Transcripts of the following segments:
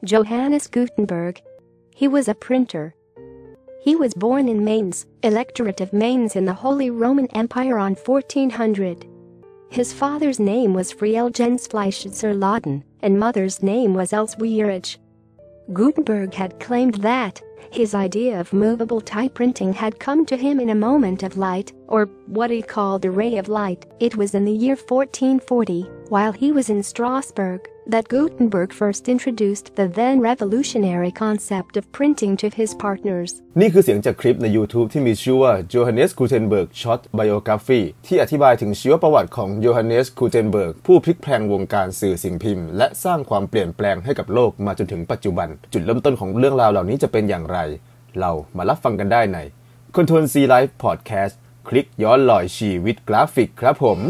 Johannes Gutenberg. He was a printer. He was born in Mainz, Electorate of Mainz in the Holy Roman Empire on 1400. His father's name was Friel Gensfleisch zur Laden, and mother's name was Elswierich. Gutenberg had claimed that his idea of movable type printing had come to him in a moment of light, or what he called a ray of light. It was in the year 1440, while he was in Strasbourg, that Gutenberg first introduced the then revolutionary concept of printing to his partners. นี่คือเสียงจากคลิปใน YouTube ที่มีชื่อว่า Johannes Gutenberg Short Biography ที่อธิบายถึงชีวประวัติของ Johannes Gutenberg ผู้พลิกแพลงวงการสื่อสิ่งพิมพ์และสร้างความเปลี่ยนแปลงให้กับโลกมาจนถึงปัจจุบันจุดเริ่มต้นของเรื่องราวเหล่านี้จะเป็นอย่างไรเรามารับฟังกันได้ใน Control C Live Podcast คลิกย้อนรอยชีวิตกราฟิกครับผม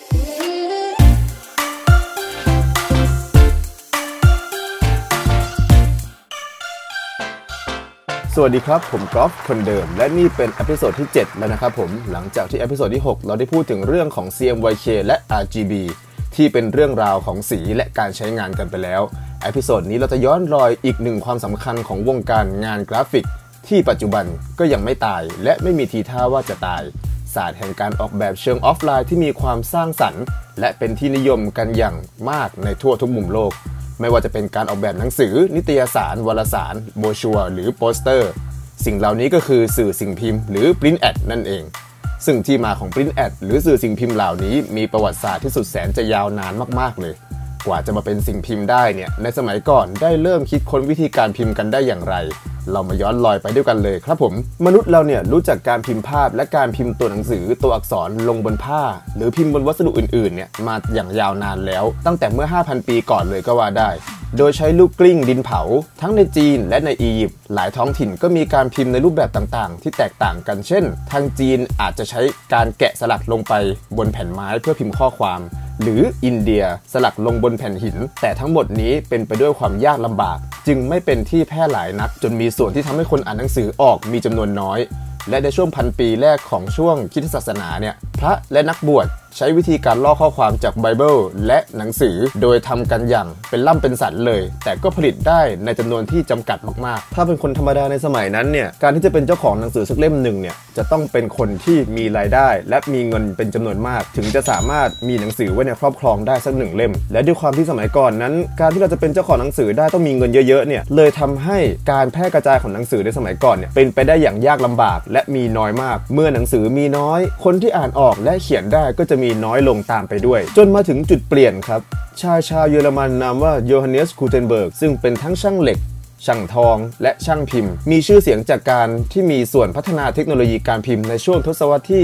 สวัสดีครับผมกอล์ฟคนเดิมและนี่เป็นเอพิโซดที่7แล้วนะครับผมหลังจากที่เอพิโซดที่6เราได้พูดถึงเรื่องของ CMYK และ RGB ที่เป็นเรื่องราวของสีและการใช้งานกันไปแล้วเอพิโซดนี้เราจะย้อนรอยอีกหนึ่งความสำคัญของวงการงานกราฟิกที่ปัจจุบันก็ยังไม่ตายและไม่มีทีท่าว่าจะตายศาสตร์แห่งการออกแบบเชิงออฟไลน์ที่มีความสร้างสรรค์และเป็นที่นิยมกันอย่างมากในทั่วทุกมุมโลกไม่ว่าจะเป็นการออกแบบหนังสือนิตยสารวารสารโบรชัวร์หรือโปสเตอร์สิ่งเหล่านี้ก็คือสื่อสิ่งพิมพ์หรือ Print Ad นั่นเองซึ่งที่มาของ Print Ad หรือสื่อสิ่งพิมพ์เหล่านี้มีประวัติศาสตร์ที่สุดแสนจะยาวนานมากๆเลยกว่าจะมาเป็นสิ่งพิมพ์ได้เนี่ยในสมัยก่อนได้เริ่มคิดค้นวิธีการพิมพ์กันได้อย่างไรเรามาย้อนรอยไปด้วยกันเลยครับผมมนุษย์เราเนี่ยรู้จักการพิมพ์ภาพและการพิมพ์ตัวหนังสือตัวอักษรลงบนผ้าหรือพิมพ์บนวัสดุอื่นๆเนี่ยมาอย่างยาวนานแล้วตั้งแต่เมื่อ 5,000 ปีก่อนเลยก็ว่าได้โดยใช้ลูกกลิ้งดินเผาทั้งในจีนและในอียิปต์หลายท้องถิ่นก็มีการพิมพ์ในรูปแบบต่างๆที่แตกต่างกันเช่นทางจีนอาจจะใช้การแกะสลักลงไปบนแผ่นไม้เพื่อพิมพ์ข้อความหรืออินเดียสลักลงบนแผ่นหินแต่ทั้งหมดนี้เป็นไปด้วยความยากลำบากจึงไม่เป็นที่แพร่หลายนักจนมีส่วนที่ทำให้คนอ่านหนังสือออกมีจำนวนน้อยและในช่วงพันปีแรกของช่วงคริสตศาสนาเนี่ยพระและนักบวชใช้วิธีการลอกข้อความจากไบเบิลและหนังสือโดยทำกันอย่างเป็นล่ำเป็นสันเลยแต่ก็ผลิตได้ในจำนวนที่จำกัดมากๆถ้าเป็นคนธรรมดาในสมัยนั้นเนี่ยการที่จะเป็นเจ้าของหนังสือสักเล่มหนึ่งเนี่ยจะต้องเป็นคนที่มีรายได้และมีเงินเป็นจำนวนมากถึงจะสามารถมีหนังสือไว้ในครอบครองได้สักหนึ่งเล่มและด้วยความที่สมัยก่อนนั้นการที่เราจะเป็นเจ้าของหนังสือได้ต้องมีเงินเยอะๆเนี่ยเลยทำให้การแพร่กระจายของหนังสือในสมัยก่อนเนี่ยเป็นไปได้อย่างยากลำบากและมีน้อยมากเมื่อหนังสือมีน้อยคนที่อ่านออกและเขียนได้ก็จะมีน้อยลงตามไปด้วยจนมาถึงจุดเปลี่ยนครับชายชาวเยอรมันนามว่าโยฮันเนส กูเทนเบิร์กซึ่งเป็นทั้งช่างเหล็กช่างทองและช่างพิมพ์มีชื่อเสียงจากการที่มีส่วนพัฒนาเทคโนโลยีการพิมพ์ในช่วงทศวรรษที่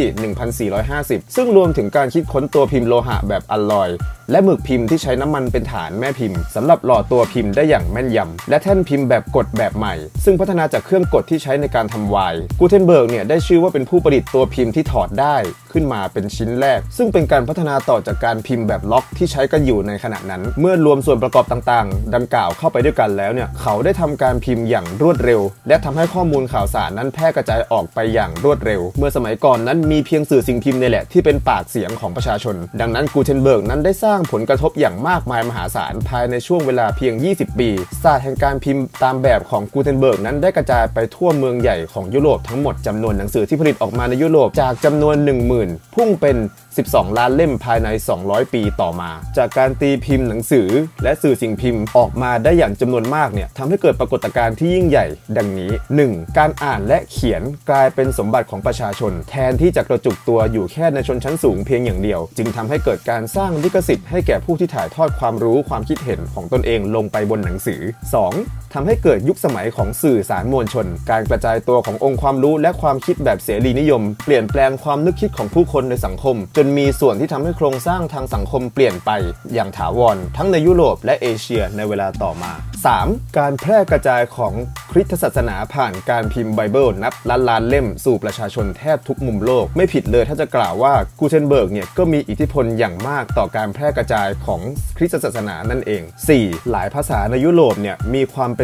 1450 ซึ่งรวมถึงการคิดค้นตัวพิมพ์โลหะแบบอลลอยและหมึกพิมพ์ที่ใช้น้ำมันเป็นฐานแม่พิมพ์สำหรับหล่อตัวพิมพ์ได้อย่างแม่นยำและแท่นพิมพ์แบบกดแบบใหม่ซึ่งพัฒนาจากเครื่องกดที่ใช้ในการทำไวน์กูเทนเบิร์กเนี่ยได้ชื่อว่าเป็นผู้ประดิษฐ์ตัวพิมพ์ที่ถอดได้ขึ้นมาเป็นชิ้นแรกซึ่งเป็นการพัฒนาต่อจากการพิมพ์แบบล็อกที่ใช้กันอยู่ในขณะนั้นเมื่อรวมส่วนประกอบต่างๆดังกล่าวเข้าไปด้วยกันแล้วเนี่ยเขาได้ทำการพิมพ์อย่างรวดเร็วและทำให้ข้อมูลข่าวสารนั้นแพร่กระจายออกไปอย่างรวดเร็วเมื่อสมัยก่อนนั้นมีเพียงสื่อสิ่งพิมพ์นี่แหละที่เป็นปากเสียงของประชาชนดังนั้นกูเทนเบิร์กนั้นได้สร้างผลกระทบอย่างมากมายมหาศาลภายในช่วงเวลาเพียง20ปีศาสตร์แห่งการพิมพ์ตามแบบของกูเทนเบิร์กนั้นได้กระจายไปทั่วเมืองใหญ่ของยุโรปทั้งหมดจำนวนหนังสือที่ผลิตออกมาในยุโรปจากจำนวน 10,000 พุ่งเป็น12 ล้านเล่มภายใน200ปีต่อมาจากการตีพิมพ์หนังสือและสื่อสิ่งพิมพ์ออกมาได้อย่างจำนวนมากเนี่ยทำให้เกิดปรากฏการณ์ที่ยิ่งใหญ่ดังนี้ 1. การอ่านและเขียนกลายเป็นสมบัติของประชาชนแทนที่จะกระจุกตัวอยู่แค่ในชนชั้นสูงเพียงอย่างเดียวจึงทำให้เกิดการสร้างลิขสิทธิ์ให้แก่ผู้ที่ถ่ายทอดความรู้ความคิดเห็นของตนเองลงไปบนหนังสือ 2. ทำให้เกิดยุคสมัยของสื่อสารมวลชนการกระจายตัวขององค์ความรู้และความคิดแบบเสรีนิยมเปลี่ยนแปลงความนึกคิดของผู้คนในสังคมจนมีส่วนที่ทำให้โครงสร้างทางสังคมเปลี่ยนไปอย่างถาวรทั้งในยุโรปและเอเชียในเวลาต่อมา 3. การแพร่กระจายของคริสตศาสนาผ่านการพิมพ์ไบเบิลนับล้านเล่มสู่ประชาชนแทบทุกมุมโลกไม่ผิดเลยถ้าจะกล่าวว่ากูเทนเบิร์กเนี่ยก็มีอิทธิพลอย่างมากต่อการแพร่กระจายของคริสตศาสนานั่นเอง 4. หลายภาษาในยุโรปเนี่ยมีความเป็น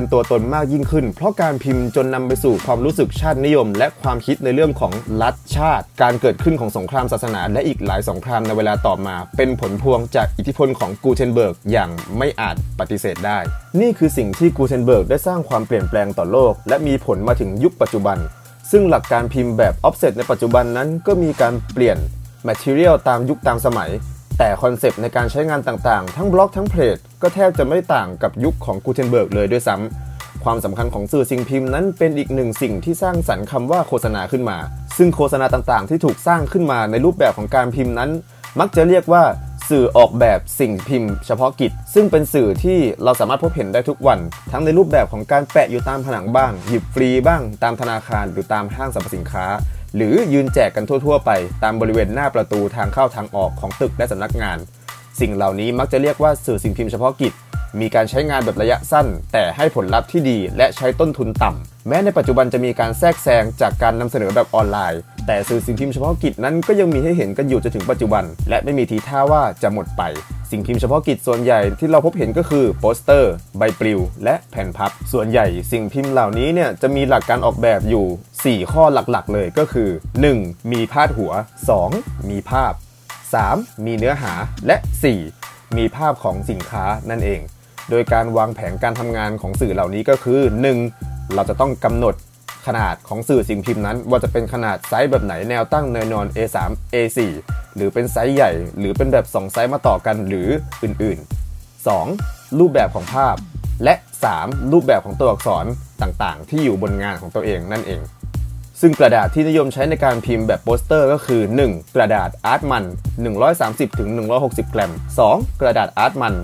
เป็นตัวตนมากยิ่งขึ้นเพราะการพิมพ์จนนำไปสู่ความรู้สึกชาตินิยมและความคิดในเรื่องของรัฐชาติการเกิดขึ้นของสงครามศาสนาและอีกหลายสงครามในเวลาต่อมาเป็นผลพวงจากอิทธิพลของกูเทนเบิร์กอย่างไม่อาจปฏิเสธได้นี่คือสิ่งที่กูเทนเบิร์กได้สร้างความเปลี่ยนแปลงต่อโลกและมีผลมาถึงยุคปัจจุบันซึ่งหลักการพิมพ์แบบ offset ในปัจจุบันนั้นก็มีการเปลี่ยน material ตามยุคตามสมัยแต่คอนเซปต์ในการใช้งานต่างๆทั้งบล็อกทั้งเพจก็แทบจะไม่ต่างกับยุคของกูเทนเบิร์กเลยด้วยซ้ำความสำคัญของสื่อสิ่งพิมพ์นั้นเป็นอีกหนึ่งสิ่งที่สร้างสรรค์คำว่าโฆษณาขึ้นมาซึ่งโฆษณาต่างๆที่ถูกสร้างขึ้นมาในรูปแบบของการพิมพ์นั้นมักจะเรียกว่าสื่อออกแบบสิ่งพิมพ์เฉพาะกิจซึ่งเป็นสื่อที่เราสามารถพบเห็นได้ทุกวันทั้งในรูปแบบของการแปะอยู่ตามผนังบ้างหยิบฟรีบ้างตามธนาคารหรือตามห้างสรรพสินค้าหรือยืนแจกกันทั่วๆไปตามบริเวณหน้าประตูทางเข้าทางออกของตึกและสำนักงานสิ่งเหล่านี้มักจะเรียกว่าสื่อสิ่งพิมพ์เฉพาะกิจมีการใช้งานแบบระยะสั้นแต่ให้ผลลัพธ์ที่ดีและใช้ต้นทุนต่ำแม้ในปัจจุบันจะมีการแทรกแซงจากการนำเสนอแบบออนไลน์แต่สื่อสิ่งพิมพ์เฉพาะกิจนั้นก็ยังมีให้เห็นกันอยู่จนถึงปัจจุบันและไม่มีทีท่าว่าจะหมดไปสิ่งพิมพ์เฉพาะกิจส่วนใหญ่ที่เราพบเห็นก็คือโปสเตอร์ใบปลิวและแผ่นพับส่วนใหญ่สิ่งพิมพ์เหล่านี้เนี่ยจะมีหลักการออกแบบอยู่4ข้อหลักๆเลยก็คือ 1. มีพาดหัว 2. มีภาพ 3. มีเนื้อหาและ 4. มีภาพของสินค้านั่นเองโดยการวางแผนการทำงานของสื่อเหล่านี้ก็คือ 1. เราจะต้องกำหนดขนาดของสื่อสิ่งพิมพ์นั้นว่าจะเป็นขนาดไซส์แบบไหนแนวตั้งแนวนอน A3 A4 หรือเป็นไซส์ใหญ่หรือเป็นแบบ2ไซส์มาต่อกันหรืออื่นๆ 2. รูปแบบของภาพและ 3. รูปแบบของตัวอักษรต่างๆที่อยู่บนงานของตัวเองนั่นเองซึ่งกระดาษที่นิยมใช้ในการพิมพ์แบบโปสเตอร์ก็คือ 1. กระดาษอาร์ตมัน 130-160 กรัม 2. กระดาษอาร์ตมัน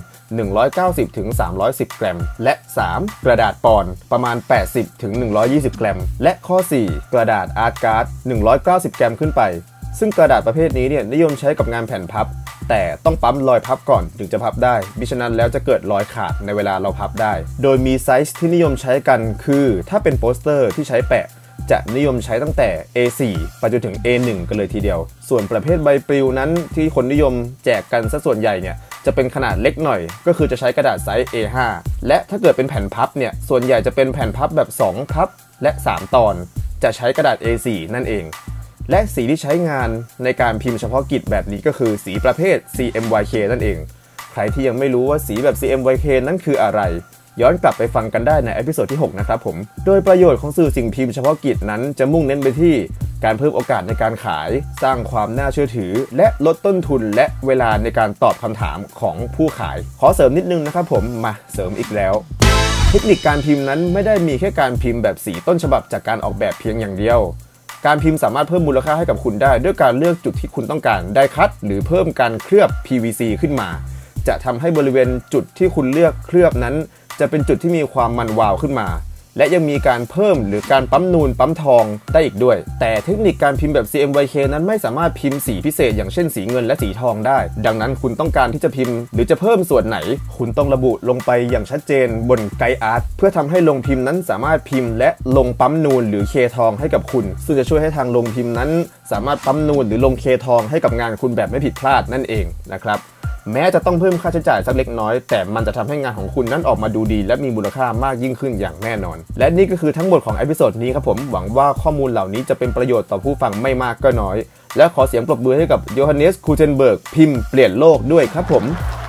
190-310 กรัมและ 3. กระดาษปอนด์ประมาณ 80-120 กรัมและข้อ 4. กระดาษอาร์ตการ์ด190 กรัมขึ้นไปซึ่งกระดาษประเภทนี้เนี่ยนิยมใช้กับงานแผ่นพับแต่ต้องปั๊มรอยพับก่อนถึงจะพับได้มิฉะนั้นแล้วจะเกิดรอยขาดในเวลาเราพับได้โดยมีไซส์ที่นิยมใช้กันคือถ้าเป็นโปสเตอร์ที่ใช้แปะจะนิยมใช้ตั้งแต่ A4 ไปจนถึง A1 กันเลยทีเดียวส่วนประเภทใบปลิวนั้นที่คนนิยมแจกกันซะส่วนใหญ่เนี่ยจะเป็นขนาดเล็กหน่อยก็คือจะใช้กระดาษไซส์ A5 และถ้าเกิดเป็นแผ่นพับเนี่ยส่วนใหญ่จะเป็นแผ่นพับแบบ2พับและ3ตอนจะใช้กระดาษ A4 นั่นเองและสีที่ใช้งานในการพิมพ์เฉพาะกิจแบบนี้ก็คือสีประเภท CMYK นั่นเองใครที่ยังไม่รู้ว่าสีแบบ CMYK นั้นคืออะไรย้อนกลับไปฟังกันได้ในเอพิโซดที่6นะครับผมโดยประโยชน์ของสื่อสิ่งพิมพ์เฉพาะกิจนั้นจะมุ่งเน้นไปที่การเพิ่มโอกาสในการขายสร้างความน่าเชื่อถือและลดต้นทุนและเวลาในการตอบคำถามของผู้ขายขอเสริมนิดนึงนะครับผมมาเสริมอีกแล้วเทคนิคการพิมพ์นั้นไม่ได้มีแค่การพิมพ์แบบสีต้นฉบับจากการออกแบบเพียงอย่างเดียวการพิมพ์สามารถเพิ่มมูลค่าให้กับคุณได้ด้วยการเลือกจุดที่คุณต้องการไดคัตหรือเพิ่มการเคลือบ PVC ขึ้นมาจะทำให้บริเวณจุดที่คุณเลือกเคลือบนั้นจะเป็นจุดที่มีความมันวาวขึ้นมาและยังมีการเพิ่มหรือการปั๊มนูนปั๊มทองได้อีกด้วยแต่เทคนิคการพิมพ์แบบ CMYK นั้นไม่สามารถพิมพ์สีพิเศษอย่างเช่นสีเงินและสีทองได้ดังนั้นคุณต้องการที่จะพิมพ์หรือจะเพิ่มส่วนไหนคุณต้องระบุลงไปอย่างชัดเจนบนไกด์อาร์ตเพื่อทำให้โรงพิมพ์นั้นสามารถพิมพ์และลงปั๊มนูนหรือเคทองให้กับคุณซึ่งจะช่วยให้ทางโรงพิมพ์นั้นสามารถปั๊มนูนหรือลงเคทองให้กับงานคุณแบบไม่ผิดพลาดนั่นเองนะครับแม้จะต้องเพิ่มค่าใช้จ่ายสักเล็กน้อยแต่มันจะทำให้งานของคุณนั้นออกมาดูดีและมีมูลค่ามากยิ่งขึ้นอย่างแน่นอนและนี่ก็คือทั้งหมดของเอพิโซดนี้ครับผมหวังว่าข้อมูลเหล่านี้จะเป็นประโยชน์ต่อผู้ฟังไม่มากก็น้อยและขอเสียงปรบมือให้กับโยฮันเนส กูเทนเบิร์กพิมพ์เปลี่ยนโลกด้วยครับผม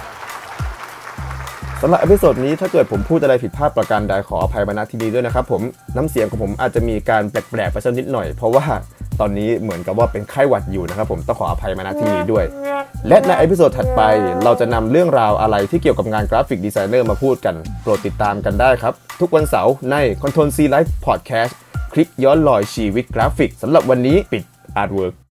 สำหรับเอพิโซดนี้ถ้าเกิดผมพูดอะไรผิดพลาดประการใดขออภัยมาณที่นี้ด้วยนะครับผมน้ำเสียงของผมอาจจะมีการแปลกๆไปสักนิดหน่อยเพราะว่าตอนนี้เหมือนกับว่าเป็นไข้หวัดอยู่นะครับผมต้องขออภัยมาณที่นี้ด้วยและในเอพิโซดถัดไปเราจะนำเรื่องราวอะไรที่เกี่ยวกับงานกราฟิกดีไซเนอร์มาพูดกันโปรดติดตามกันได้ครับทุกวันเสาร์ใน Control C Live Podcast คลิกย้อนรอยชีวิตกราฟิกสำหรับวันนี้ปิดอาร์ตเวิร์ก